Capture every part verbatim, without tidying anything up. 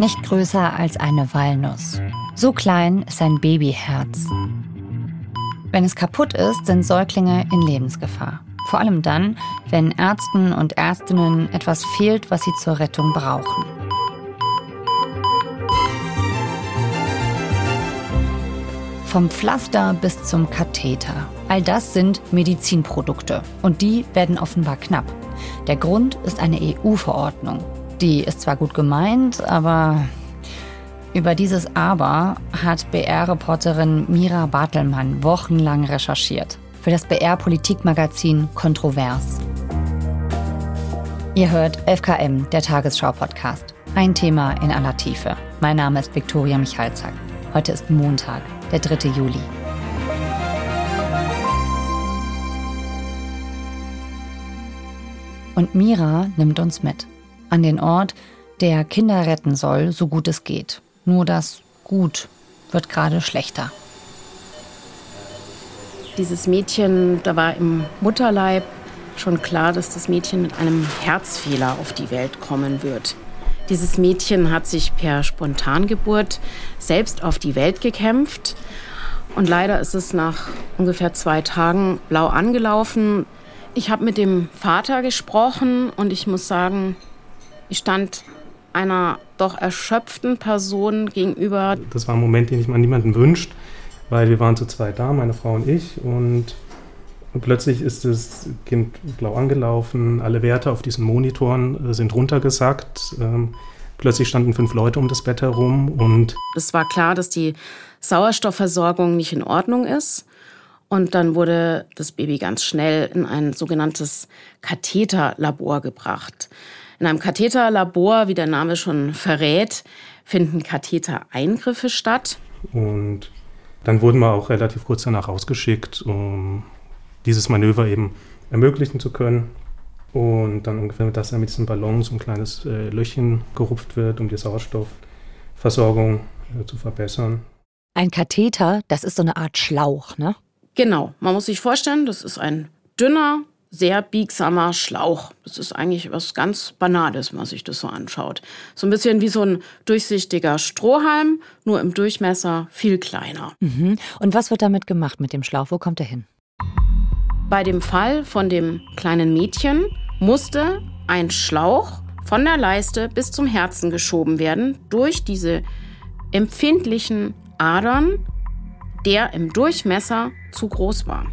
Nicht größer als eine Walnuss. So klein ist ein Babyherz. Wenn es kaputt ist, sind Säuglinge in Lebensgefahr. Vor allem dann, wenn Ärzten und Ärztinnen etwas fehlt, was sie zur Rettung brauchen. Vom Pflaster bis zum Katheter. All das sind Medizinprodukte und die werden offenbar knapp. Der Grund ist eine E U-Verordnung. Die ist zwar gut gemeint, aber über dieses Aber hat B R-Reporterin Mira Bartelmann wochenlang recherchiert. Für das B R-Politikmagazin Kontrovers. Ihr hört F K M, der Tagesschau-Podcast. Ein Thema in aller Tiefe. Mein Name ist Viktoria Michalzack. Heute ist Montag, der dritte Juli. Und Mira nimmt uns mit. An den Ort, der Kinder retten soll, so gut es geht. Nur das Gut wird gerade schlechter. Dieses Mädchen, da war im Mutterleib schon klar, dass das Mädchen mit einem Herzfehler auf die Welt kommen wird. Dieses Mädchen hat sich per Spontangeburt selbst auf die Welt gekämpft. Und leider ist es nach ungefähr zwei Tagen blau angelaufen. Ich habe mit dem Vater gesprochen und ich muss sagen, ich stand einer doch erschöpften Person gegenüber. Das war ein Moment, den ich mir niemandem wünscht, weil wir waren zu zweit da, meine Frau und ich. Und, und plötzlich ist das Kind blau angelaufen, alle Werte auf diesen Monitoren äh, sind runtergesackt. Ähm, plötzlich standen fünf Leute um das Bett herum. Und es war klar, dass die Sauerstoffversorgung nicht in Ordnung ist. Und dann wurde das Baby ganz schnell in ein sogenanntes Katheterlabor gebracht. In einem Katheterlabor, wie der Name schon verrät, finden Kathetereingriffe statt. Und dann wurden wir auch relativ kurz danach rausgeschickt, um dieses Manöver eben ermöglichen zu können. Und dann ungefähr, dass da mit diesen Ballons ein kleines äh, Löchchen gerupft wird, um die Sauerstoffversorgung äh, zu verbessern. Ein Katheter, das ist so eine Art Schlauch, ne? Genau, man muss sich vorstellen, das ist ein dünner, sehr biegsamer Schlauch. Das ist eigentlich was ganz Banales, wenn man sich das so anschaut. So ein bisschen wie so ein durchsichtiger Strohhalm, nur im Durchmesser viel kleiner. Mhm. Und was wird damit gemacht mit dem Schlauch? Wo kommt er hin? Bei dem Fall von dem kleinen Mädchen musste ein Schlauch von der Leiste bis zum Herzen geschoben werden durch diese empfindlichen Adern, der im Durchmesser zu groß war.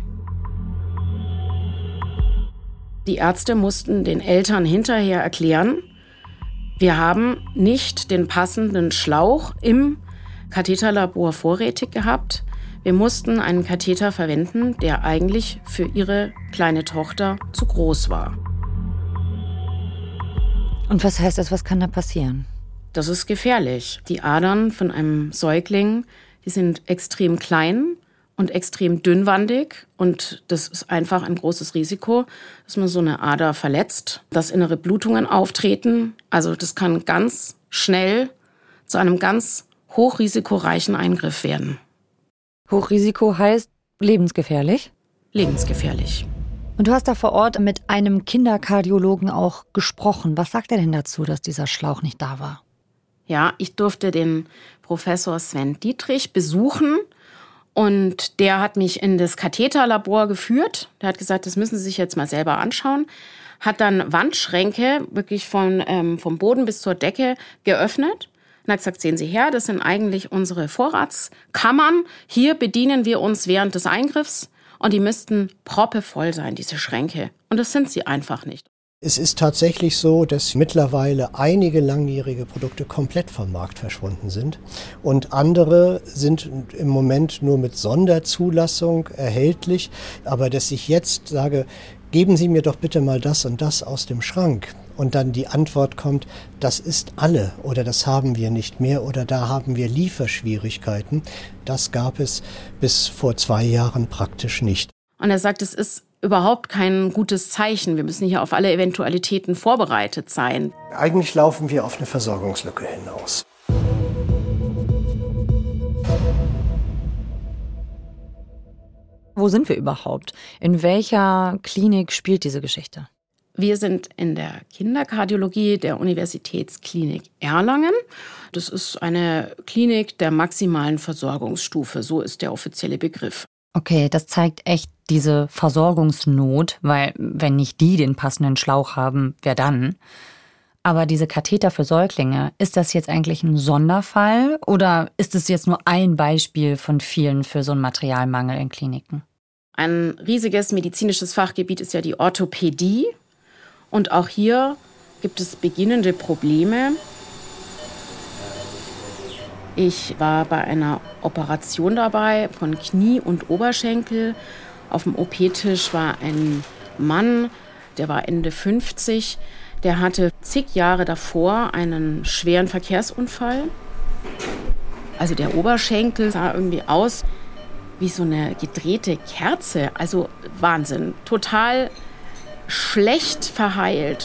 Die Ärzte mussten den Eltern hinterher erklären, wir haben nicht den passenden Schlauch im Katheterlabor vorrätig gehabt. Wir mussten einen Katheter verwenden, der eigentlich für ihre kleine Tochter zu groß war. Und was heißt das, was kann da passieren? Das ist gefährlich. Die Adern von einem Säugling, die sind extrem klein und extrem dünnwandig. Und das ist einfach ein großes Risiko, dass man so eine Ader verletzt, dass innere Blutungen auftreten. Also das kann ganz schnell zu einem ganz hochrisikoreichen Eingriff werden. Hochrisiko heißt lebensgefährlich? Lebensgefährlich. Und du hast da vor Ort mit einem Kinderkardiologen auch gesprochen. Was sagt er denn dazu, dass dieser Schlauch nicht da war? Ja, ich durfte den Professor Sven Dietrich besuchen. Und der hat mich in das Katheterlabor geführt. Der hat gesagt, das müssen Sie sich jetzt mal selber anschauen. Hat dann Wandschränke wirklich von, ähm, vom Boden bis zur Decke geöffnet. Und hat gesagt, sehen Sie her, das sind eigentlich unsere Vorratskammern. Hier bedienen wir uns während des Eingriffs. Und die müssten proppevoll sein, diese Schränke. Und das sind sie einfach nicht. Es ist tatsächlich so, dass mittlerweile einige langjährige Produkte komplett vom Markt verschwunden sind und andere sind im Moment nur mit Sonderzulassung erhältlich. Aber dass ich jetzt sage, geben Sie mir doch bitte mal das und das aus dem Schrank und dann die Antwort kommt, das ist alle oder das haben wir nicht mehr oder da haben wir Lieferschwierigkeiten, das gab es bis vor zwei Jahren praktisch nicht. Und er sagt, es ist überhaupt kein gutes Zeichen. Wir müssen hier auf alle Eventualitäten vorbereitet sein. Eigentlich laufen wir auf eine Versorgungslücke hinaus. Wo sind wir überhaupt? In welcher Klinik spielt diese Geschichte? Wir sind in der Kinderkardiologie der Universitätsklinik Erlangen. Das ist eine Klinik der maximalen Versorgungsstufe, so ist der offizielle Begriff. Okay, das zeigt echt diese Versorgungsnot, weil wenn nicht die den passenden Schlauch haben, wer dann? Aber diese Katheter für Säuglinge, ist das jetzt eigentlich ein Sonderfall oder ist es jetzt nur ein Beispiel von vielen für so einen Materialmangel in Kliniken? Ein riesiges medizinisches Fachgebiet ist ja die Orthopädie. Und auch hier gibt es beginnende Probleme. Ich war bei einer Operation dabei von Knie und Oberschenkel. Auf dem O P-Tisch war ein Mann, der war Ende fünfzig. Der hatte zig Jahre davor einen schweren Verkehrsunfall. Also der Oberschenkel sah irgendwie aus wie so eine gedrehte Kerze. Also Wahnsinn, total schlecht verheilt.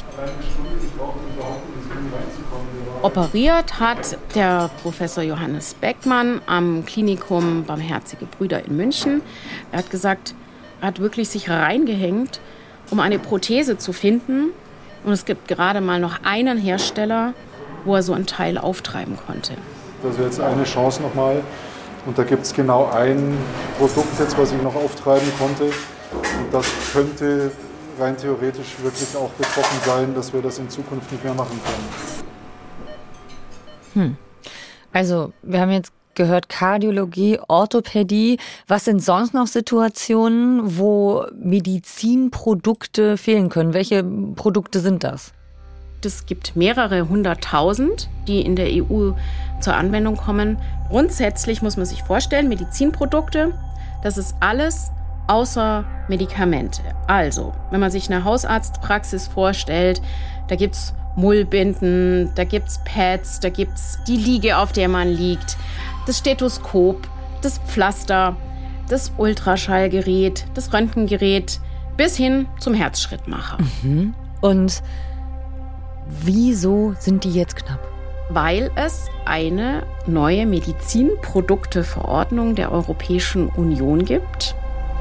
Operiert hat der Professor Johannes Beckmann am Klinikum Barmherzige Brüder in München. Er hat gesagt, er hat wirklich sich reingehängt, um eine Prothese zu finden. Und es gibt gerade mal noch einen Hersteller, wo er so ein Teil auftreiben konnte. Das ist jetzt eine Chance nochmal. Und da gibt es genau ein Produkt, jetzt, was ich noch auftreiben konnte. Und das könnte rein theoretisch wirklich auch betroffen sein, dass wir das in Zukunft nicht mehr machen können. Hm. Also, wir haben jetzt gehört Kardiologie, Orthopädie. Was sind sonst noch Situationen, wo Medizinprodukte fehlen können? Welche Produkte sind das? Es gibt mehrere hunderttausend, die in der E U zur Anwendung kommen. Grundsätzlich muss man sich vorstellen, Medizinprodukte, das ist alles außer Medikamente. Also, wenn man sich eine Hausarztpraxis vorstellt, da gibt es Mullbinden, da gibt es Pads, da gibt es die Liege, auf der man liegt, das Stethoskop, das Pflaster, das Ultraschallgerät, das Röntgengerät bis hin zum Herzschrittmacher. Mhm. Und wieso sind die jetzt knapp? Weil es eine neue Medizinprodukteverordnung der Europäischen Union gibt.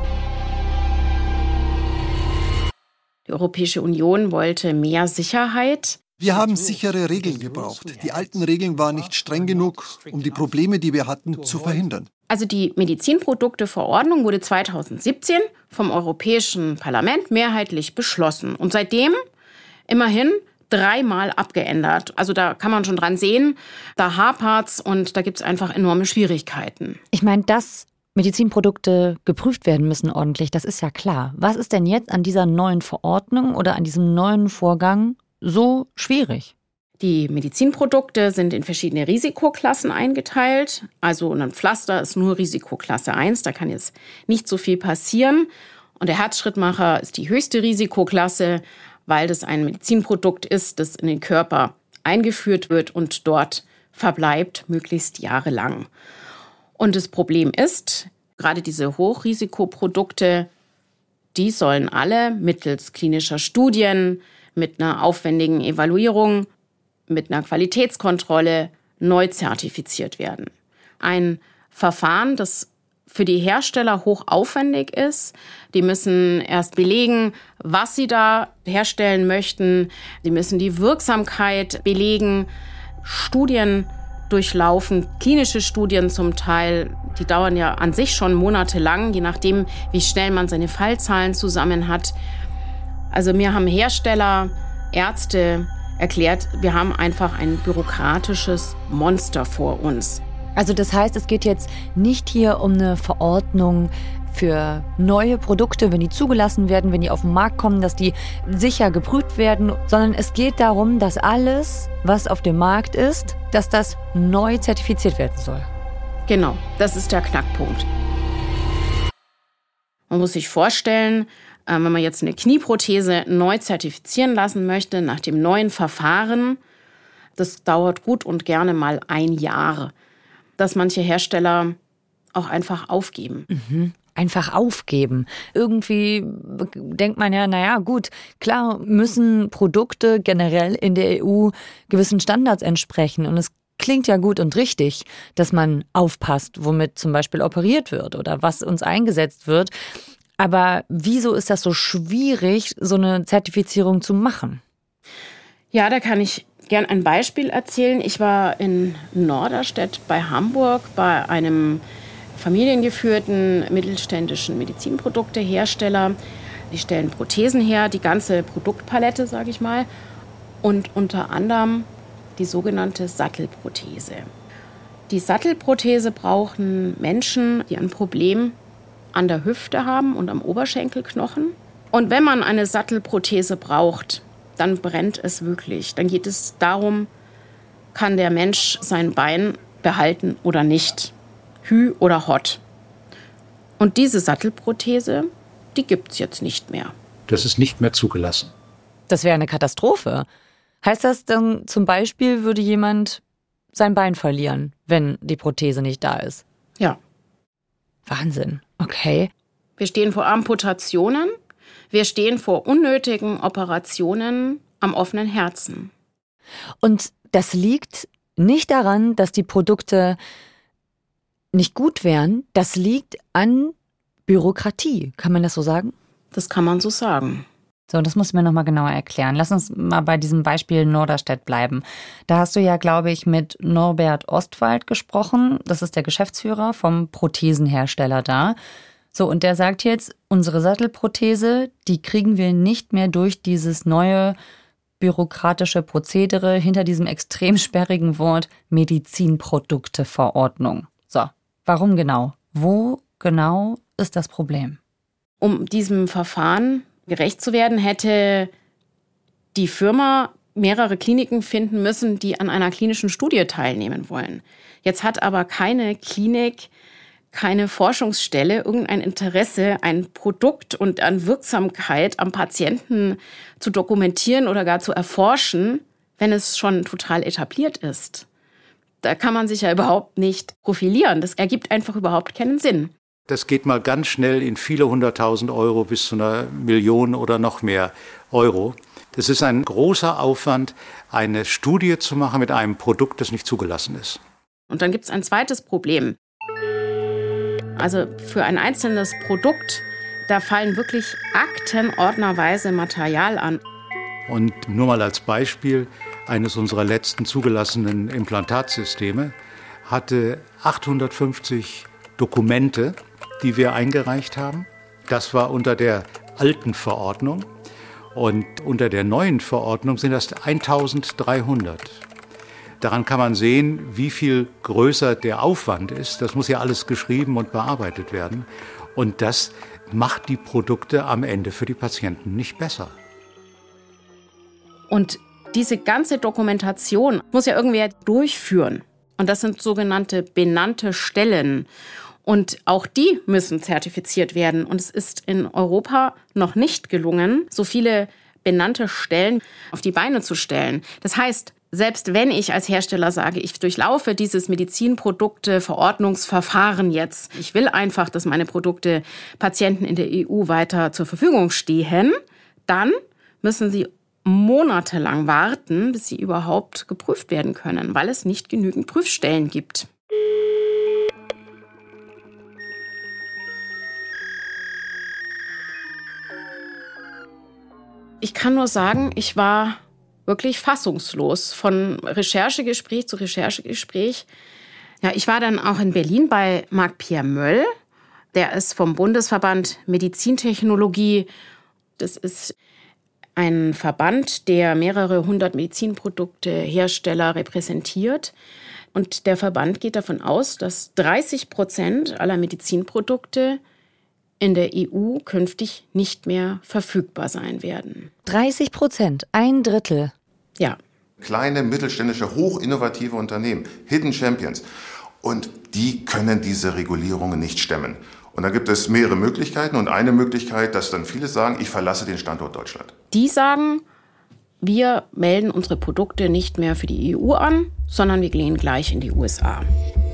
Die Europäische Union wollte mehr Sicherheit. Wir haben sichere Regeln gebraucht. Die alten Regeln waren nicht streng genug, um die Probleme, die wir hatten, zu verhindern. Also die Medizinprodukteverordnung wurde zweitausendsiebzehn vom Europäischen Parlament mehrheitlich beschlossen. Und seitdem immerhin dreimal abgeändert. Also da kann man schon dran sehen, da hapert's und da gibt's einfach enorme Schwierigkeiten. Ich meine, dass Medizinprodukte geprüft werden müssen ordentlich, das ist ja klar. Was ist denn jetzt an dieser neuen Verordnung oder an diesem neuen Vorgang so schwierig? Die Medizinprodukte sind in verschiedene Risikoklassen eingeteilt. Also ein Pflaster ist nur Risikoklasse eins, da kann jetzt nicht so viel passieren. Und der Herzschrittmacher ist die höchste Risikoklasse, weil das ein Medizinprodukt ist, das in den Körper eingeführt wird und dort verbleibt, möglichst jahrelang. Und das Problem ist, gerade diese Hochrisikoprodukte, die sollen alle mittels klinischer Studien, mit einer aufwendigen Evaluierung, mit einer Qualitätskontrolle neu zertifiziert werden. Ein Verfahren, das für die Hersteller hochaufwendig ist. Die müssen erst belegen, was sie da herstellen möchten. Die müssen die Wirksamkeit belegen, Studien durchlaufen, klinische Studien zum Teil. Die dauern ja an sich schon monatelang, je nachdem, wie schnell man seine Fallzahlen zusammen hat. Also mir haben Hersteller, Ärzte erklärt, wir haben einfach ein bürokratisches Monster vor uns. Also das heißt, es geht jetzt nicht hier um eine Verordnung für neue Produkte, wenn die zugelassen werden, wenn die auf den Markt kommen, dass die sicher geprüft werden, sondern es geht darum, dass alles, was auf dem Markt ist, dass das neu zertifiziert werden soll. Genau, das ist der Knackpunkt. Man muss sich vorstellen, wenn man jetzt eine Knieprothese neu zertifizieren lassen möchte, nach dem neuen Verfahren, das dauert gut und gerne mal ein Jahr, dass manche Hersteller auch einfach aufgeben. Mhm. Einfach aufgeben. Irgendwie denkt man ja, naja gut, klar müssen Produkte generell in der E U gewissen Standards entsprechen und es klingt ja gut und richtig, dass man aufpasst, womit zum Beispiel operiert wird oder was uns eingesetzt wird. Aber wieso ist das so schwierig, so eine Zertifizierung zu machen? Ja, da kann ich gern ein Beispiel erzählen. Ich war in Norderstedt bei Hamburg bei einem familiengeführten mittelständischen Medizinproduktehersteller. Die stellen Prothesen her, die ganze Produktpalette, sage ich mal. Und unter anderem die sogenannte Sattelprothese. Die Sattelprothese brauchen Menschen, die ein Problem an der Hüfte haben und am Oberschenkelknochen. Und wenn man eine Sattelprothese braucht, dann brennt es wirklich. Dann geht es darum, kann der Mensch sein Bein behalten oder nicht. Hü oder Hott. Und diese Sattelprothese, die gibt's jetzt nicht mehr. Das ist nicht mehr zugelassen. Das wäre eine Katastrophe. Heißt das dann zum Beispiel, würde jemand sein Bein verlieren, wenn die Prothese nicht da ist? Ja. Wahnsinn. Okay. Wir stehen vor Amputationen. Wir stehen vor unnötigen Operationen am offenen Herzen. Und das liegt nicht daran, dass die Produkte nicht gut wären. Das liegt an Bürokratie. Kann man das so sagen? Das kann man so sagen. So, das musst du mir nochmal genauer erklären. Lass uns mal bei diesem Beispiel Norderstedt bleiben. Da hast du ja, glaube ich, mit Norbert Ostwald gesprochen. Das ist der Geschäftsführer vom Prothesenhersteller da. So, und der sagt jetzt, unsere Sattelprothese, die kriegen wir nicht mehr durch dieses neue bürokratische Prozedere hinter diesem extrem sperrigen Wort Medizinprodukteverordnung. So, warum genau? Wo genau ist das Problem? Um diesem Verfahren gerecht zu werden, hätte die Firma mehrere Kliniken finden müssen, die an einer klinischen Studie teilnehmen wollen. Jetzt hat aber keine Klinik, keine Forschungsstelle irgendein Interesse, ein Produkt und an Wirksamkeit am Patienten zu dokumentieren oder gar zu erforschen, wenn es schon total etabliert ist. Da kann man sich ja überhaupt nicht profilieren. Das ergibt einfach überhaupt keinen Sinn. Das geht mal ganz schnell in viele hunderttausend Euro bis zu einer Million oder noch mehr Euro. Das ist ein großer Aufwand, eine Studie zu machen mit einem Produkt, das nicht zugelassen ist. Und dann gibt es ein zweites Problem. Also für ein einzelnes Produkt, da fallen wirklich aktenordnerweise Material an. Und nur mal als Beispiel, eines unserer letzten zugelassenen Implantatsysteme hatte achthundertfünfzig Dokumente, die wir eingereicht haben. Das war unter der alten Verordnung. Und unter der neuen Verordnung sind das eintausenddreihundert. Daran kann man sehen, wie viel größer der Aufwand ist. Das muss ja alles geschrieben und bearbeitet werden. Und das macht die Produkte am Ende für die Patienten nicht besser. Und diese ganze Dokumentation muss ja irgendwer durchführen. Und das sind sogenannte benannte Stellen. Und auch die müssen zertifiziert werden. Und es ist in Europa noch nicht gelungen, so viele benannte Stellen auf die Beine zu stellen. Das heißt, selbst wenn ich als Hersteller sage, ich durchlaufe dieses Medizinprodukte-Verordnungsverfahren jetzt, ich will einfach, dass meine Produkte Patienten in der E U weiter zur Verfügung stehen, dann müssen sie monatelang warten, bis sie überhaupt geprüft werden können, weil es nicht genügend Prüfstellen gibt. Ich kann nur sagen, ich war wirklich fassungslos von Recherchegespräch zu Recherchegespräch. Ja, ich war dann auch in Berlin bei Marc-Pierre Möll. Der ist vom Bundesverband Medizintechnologie. Das ist ein Verband, der mehrere hundert Medizinproduktehersteller repräsentiert. Und der Verband geht davon aus, dass dreißig Prozent aller Medizinprodukte in der E U künftig nicht mehr verfügbar sein werden. dreißig Prozent, ein Drittel. Ja. Kleine, mittelständische, hochinnovative Unternehmen, Hidden Champions. Und die können diese Regulierungen nicht stemmen. Und da gibt es mehrere Möglichkeiten. Und eine Möglichkeit, dass dann viele sagen, ich verlasse den Standort Deutschland. Die sagen, wir melden unsere Produkte nicht mehr für die E U an, sondern wir gehen gleich in die U S A.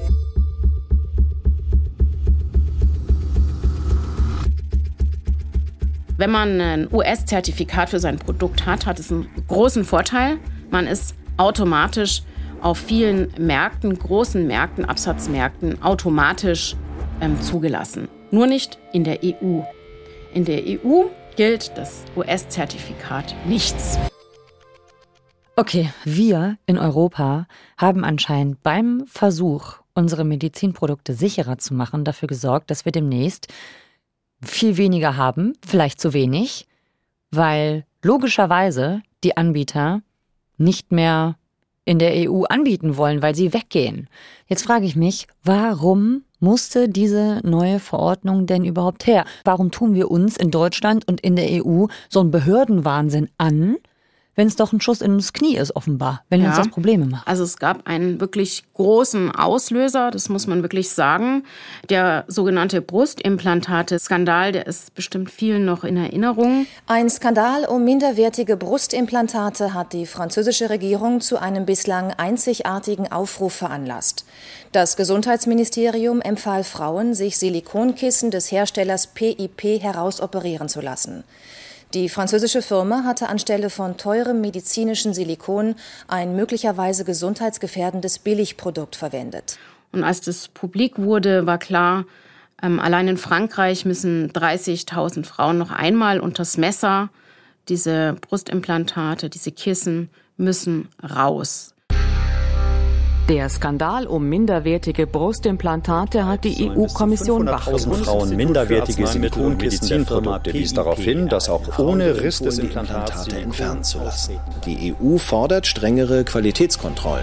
Wenn man ein U S-Zertifikat für sein Produkt hat, hat es einen großen Vorteil. Man ist automatisch auf vielen Märkten, großen Märkten, Absatzmärkten, automatisch ähm, zugelassen. Nur nicht in der E U. In der E U gilt das U S-Zertifikat nichts. Okay, wir in Europa haben anscheinend beim Versuch, unsere Medizinprodukte sicherer zu machen, dafür gesorgt, dass wir demnächst viel weniger haben, vielleicht zu wenig, weil logischerweise die Anbieter nicht mehr in der E U anbieten wollen, weil sie weggehen. Jetzt frage ich mich, warum musste diese neue Verordnung denn überhaupt her? Warum tun wir uns in Deutschland und in der E U so einen Behördenwahnsinn an, wenn es doch ein Schuss ins Knie ist offenbar, wenn ja, uns das Probleme macht? Also es gab einen wirklich großen Auslöser, das muss man wirklich sagen. Der sogenannte Brustimplantate-Skandal, der ist bestimmt vielen noch in Erinnerung. Ein Skandal um minderwertige Brustimplantate hat die französische Regierung zu einem bislang einzigartigen Aufruf veranlasst. Das Gesundheitsministerium empfahl Frauen, sich Silikonkissen des Herstellers P I P herausoperieren zu lassen. Die französische Firma hatte anstelle von teurem medizinischen Silikon ein möglicherweise gesundheitsgefährdendes Billigprodukt verwendet. Und als das publik wurde, war klar, ähm, allein in Frankreich müssen dreißigtausend Frauen noch einmal unters Messer. Diese Brustimplantate, diese Kissen müssen raus. Der Skandal um minderwertige Brustimplantate hat die E U-Kommission fünfhunderttausend Frauen minderwertige Silikonkissen-Medizinprodukte wies darauf hin, das auch ohne Riss des Implantate entfernen zu lassen. Die E U fordert strengere Qualitätskontrollen.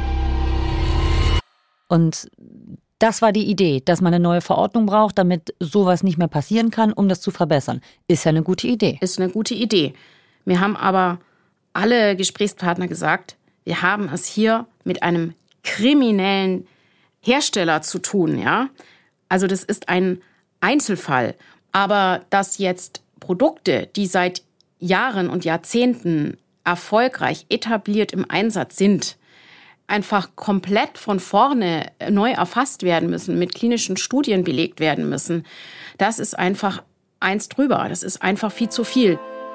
Und das war die Idee, dass man eine neue Verordnung braucht, damit sowas nicht mehr passieren kann, um das zu verbessern. Ist ja eine gute Idee. Ist eine gute Idee. Mir haben aber alle Gesprächspartner gesagt, wir haben es hier mit einem kriminellen Hersteller zu tun, ja. Also das ist ein Einzelfall. Aber dass jetzt Produkte, die seit Jahren und Jahrzehnten erfolgreich etabliert im Einsatz sind, einfach komplett von vorne neu erfasst werden müssen, mit klinischen Studien belegt werden müssen, das ist einfach eins drüber. Das ist einfach viel zu viel.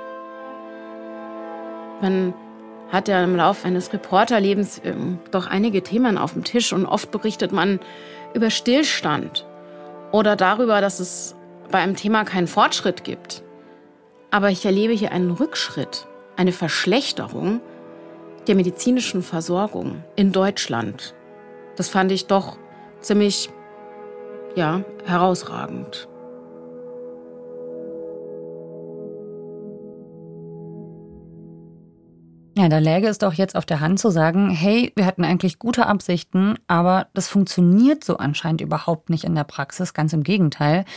Man hat ja im Laufe eines Reporterlebens äh, doch einige Themen auf dem Tisch und oft berichtet man über Stillstand oder darüber, dass es bei einem Thema keinen Fortschritt gibt. Aber ich erlebe hier einen Rückschritt, eine Verschlechterung der medizinischen Versorgung in Deutschland. Das fand ich doch ziemlich, ja, herausragend. Ja, da läge es doch jetzt auf der Hand zu sagen, hey, wir hatten eigentlich gute Absichten, aber das funktioniert so anscheinend überhaupt nicht in der Praxis, ganz im Gegenteil.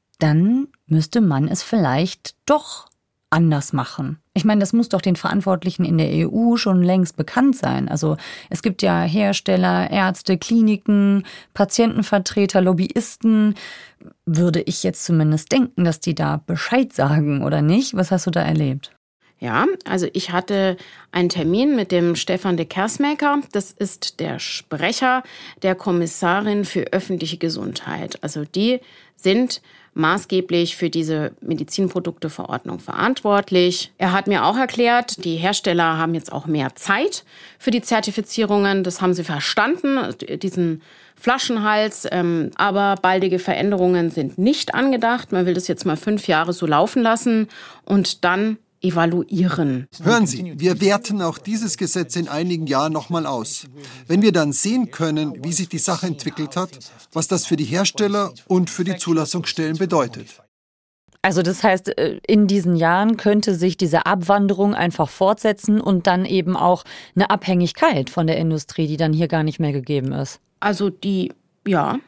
Dann müsste man es vielleicht doch anders machen. Ich meine, das muss doch den Verantwortlichen in der E U schon längst bekannt sein. Also es gibt ja Hersteller, Ärzte, Kliniken, Patientenvertreter, Lobbyisten. Würde ich jetzt zumindest denken, dass die da Bescheid sagen, oder nicht? Was hast du da erlebt? Ja, also ich hatte einen Termin mit dem Stefan de Kersmaeker. Das ist der Sprecher der Kommissarin für öffentliche Gesundheit. Also die sind maßgeblich für diese Medizinprodukteverordnung verantwortlich. Er hat mir auch erklärt, die Hersteller haben jetzt auch mehr Zeit für die Zertifizierungen. Das haben sie verstanden, diesen Flaschenhals. Ähm, aber baldige Veränderungen sind nicht angedacht. Man will das jetzt mal fünf Jahre so laufen lassen und dann evaluieren. Hören Sie, wir werten auch dieses Gesetz in einigen Jahren nochmal aus. Wenn wir dann sehen können, wie sich die Sache entwickelt hat, was das für die Hersteller und für die Zulassungsstellen bedeutet. Also das heißt, in diesen Jahren könnte sich diese Abwanderung einfach fortsetzen und dann eben auch eine Abhängigkeit von der Industrie, die dann hier gar nicht mehr gegeben ist. Also die, ja.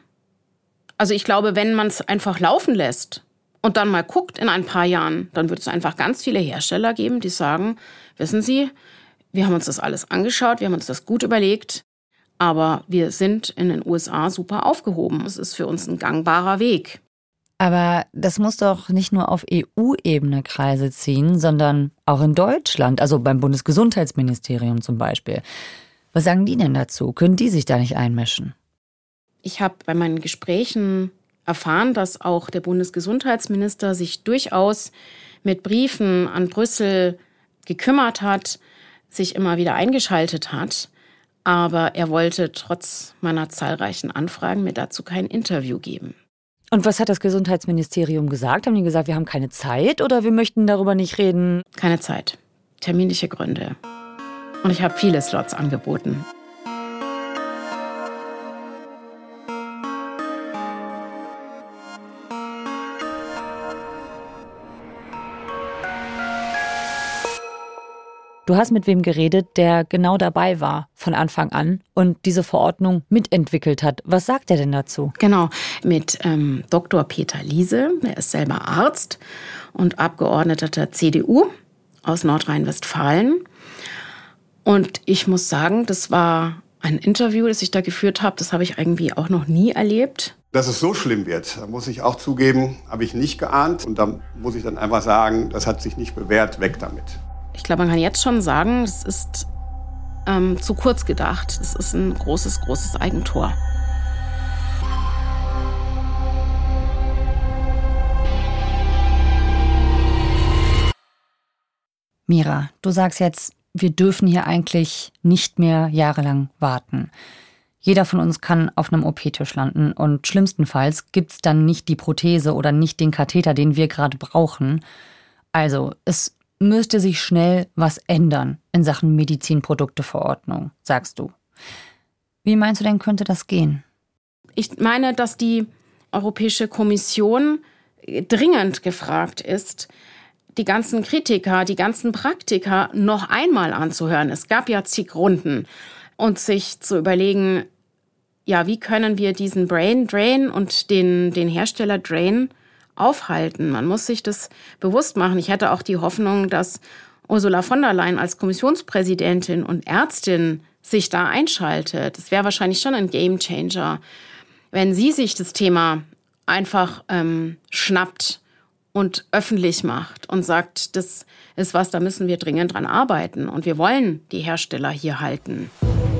Also ich glaube, wenn man es einfach laufen lässt, und dann mal guckt in ein paar Jahren, dann wird es einfach ganz viele Hersteller geben, die sagen, wissen Sie, wir haben uns das alles angeschaut, wir haben uns das gut überlegt, aber wir sind in den U S A super aufgehoben. Es ist für uns ein gangbarer Weg. Aber das muss doch nicht nur auf E U-Ebene Kreise ziehen, sondern auch in Deutschland, also beim Bundesgesundheitsministerium zum Beispiel. Was sagen die denn dazu? Können die sich da nicht einmischen? Ich habe bei meinen Gesprächen erfahren, dass auch der Bundesgesundheitsminister sich durchaus mit Briefen an Brüssel gekümmert hat, sich immer wieder eingeschaltet hat. Aber er wollte trotz meiner zahlreichen Anfragen mir dazu kein Interview geben. Und was hat das Gesundheitsministerium gesagt? Haben die gesagt, wir haben keine Zeit oder wir möchten darüber nicht reden? Keine Zeit. Terminliche Gründe. Und ich habe viele Slots angeboten. Du hast mit wem geredet, der genau dabei war von Anfang an und diese Verordnung mitentwickelt hat. Was sagt er denn dazu? Genau, mit ähm, Doktor Peter Liese. Er ist selber Arzt und Abgeordneter der C D U aus Nordrhein-Westfalen. Und ich muss sagen, das war ein Interview, das ich da geführt habe. Das habe ich irgendwie auch noch nie erlebt. Dass es so schlimm wird, muss ich auch zugeben, habe ich nicht geahnt. Und da muss ich dann einfach sagen, das hat sich nicht bewährt, weg damit. Ich glaube, man kann jetzt schon sagen, es ist ähm, zu kurz gedacht. Es ist ein großes, großes Eigentor. Mira, du sagst jetzt, wir dürfen hier eigentlich nicht mehr jahrelang warten. Jeder von uns kann auf einem O P-Tisch landen und schlimmstenfalls gibt's dann nicht die Prothese oder nicht den Katheter, den wir gerade brauchen. Also, es müsste sich schnell was ändern in Sachen Medizinprodukteverordnung, sagst du. Wie meinst du denn, könnte das gehen? Ich meine, dass die Europäische Kommission dringend gefragt ist, die ganzen Kritiker, die ganzen Praktiker noch einmal anzuhören. Es gab ja zig Runden. Und sich zu überlegen, ja, wie können wir diesen Brain Drain und den, den Hersteller Drain aufhalten. Man muss sich das bewusst machen. Ich hätte auch die Hoffnung, dass Ursula von der Leyen als Kommissionspräsidentin und Ärztin sich da einschaltet. Das wäre wahrscheinlich schon ein Gamechanger, wenn sie sich das Thema einfach ähm, schnappt und öffentlich macht und sagt, das ist was, da müssen wir dringend dran arbeiten und wir wollen die Hersteller hier halten.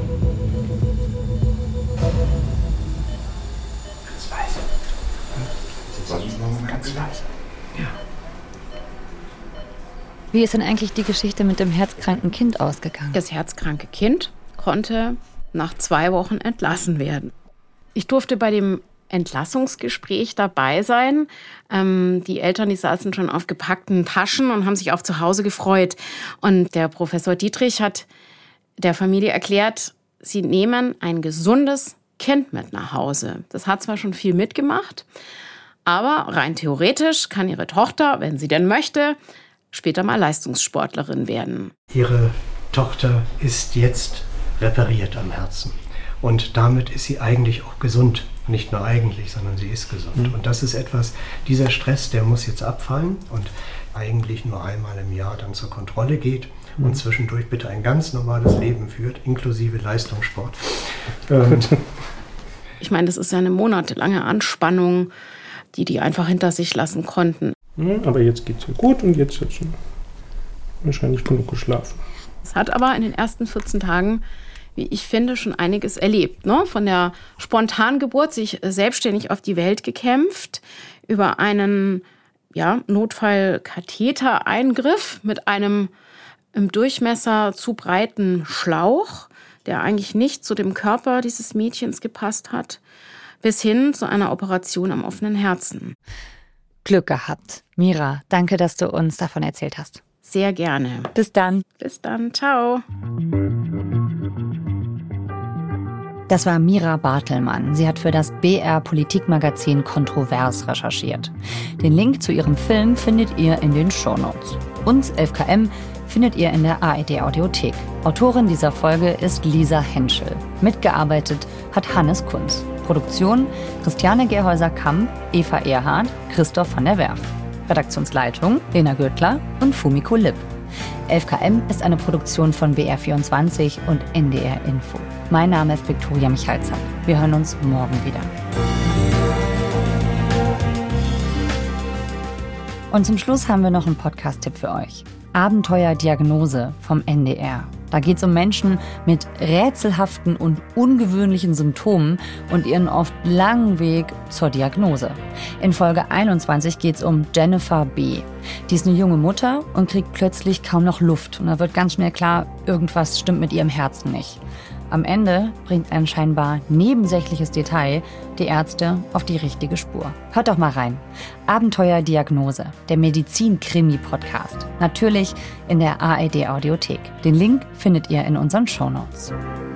Wie ist denn eigentlich die Geschichte mit dem herzkranken Kind ausgegangen? Das herzkranke Kind konnte nach zwei Wochen entlassen werden. Ich durfte bei dem Entlassungsgespräch dabei sein. Ähm, die Eltern, die saßen schon auf gepackten Taschen und haben sich auf zu Hause gefreut. Und der Professor Dietrich hat der Familie erklärt, sie nehmen ein gesundes Kind mit nach Hause. Das hat zwar schon viel mitgemacht, aber rein theoretisch kann ihre Tochter, wenn sie denn möchte, später mal Leistungssportlerin werden. Ihre Tochter ist jetzt repariert am Herzen. Und damit ist sie eigentlich auch gesund. Nicht nur eigentlich, sondern sie ist gesund. Mhm. Und das ist etwas, dieser Stress, der muss jetzt abfallen und eigentlich nur einmal im Jahr dann zur Kontrolle geht mhm. und zwischendurch bitte ein ganz normales Leben führt, inklusive Leistungssport. Ähm. Ich meine, das ist ja eine monatelange Anspannung, die die einfach hinter sich lassen konnten. Mhm, aber jetzt geht's ihr gut und jetzt hat sie wahrscheinlich genug geschlafen. Es hat aber in den ersten vierzehn Tagen, wie ich finde, schon einiges erlebt. Ne? Von der Spontangeburt, sich selbstständig auf die Welt gekämpft, über einen ja, Notfallkathetereingriff mit einem im Durchmesser zu breiten Schlauch, der eigentlich nicht zu dem Körper dieses Mädchens gepasst hat, bis hin zu einer Operation am offenen Herzen. Glück gehabt. Mira, danke, dass du uns davon erzählt hast. Sehr gerne. Bis dann. Bis dann. Ciao. Das war Mira Bartelmann. Sie hat für das B R-Politikmagazin Kontrovers recherchiert. Den Link zu ihrem Film findet ihr in den Shownotes. Uns, elf K M, findet ihr in der A R D-Audiothek. Autorin dieser Folge ist Lisa Henschel. Mitgearbeitet hat Hannes Kunz. Produktion Christiane Gerhäuser-Kamp, Eva Erhardt, Christoph van der Werf. Redaktionsleitung Lena Gürtler und Fumiko Lipp. elf K M ist eine Produktion von B R vierundzwanzig und N D R Info. Mein Name ist Viktoria Michalzack. Wir hören uns morgen wieder. Und zum Schluss haben wir noch einen Podcast-Tipp für euch. Abenteuerdiagnose vom N D R. Da geht es um Menschen mit rätselhaften und ungewöhnlichen Symptomen und ihren oft langen Weg zur Diagnose. In Folge einundzwanzig geht es um Jennifer B. Die ist eine junge Mutter und kriegt plötzlich kaum noch Luft. Und da wird ganz schnell klar, irgendwas stimmt mit ihrem Herzen nicht. Am Ende bringt ein scheinbar nebensächliches Detail die Ärzte auf die richtige Spur. Hört doch mal rein. Abenteuerdiagnose, der Medizin-Krimi-Podcast. Natürlich in der A R D-Audiothek. Den Link findet ihr in unseren Shownotes.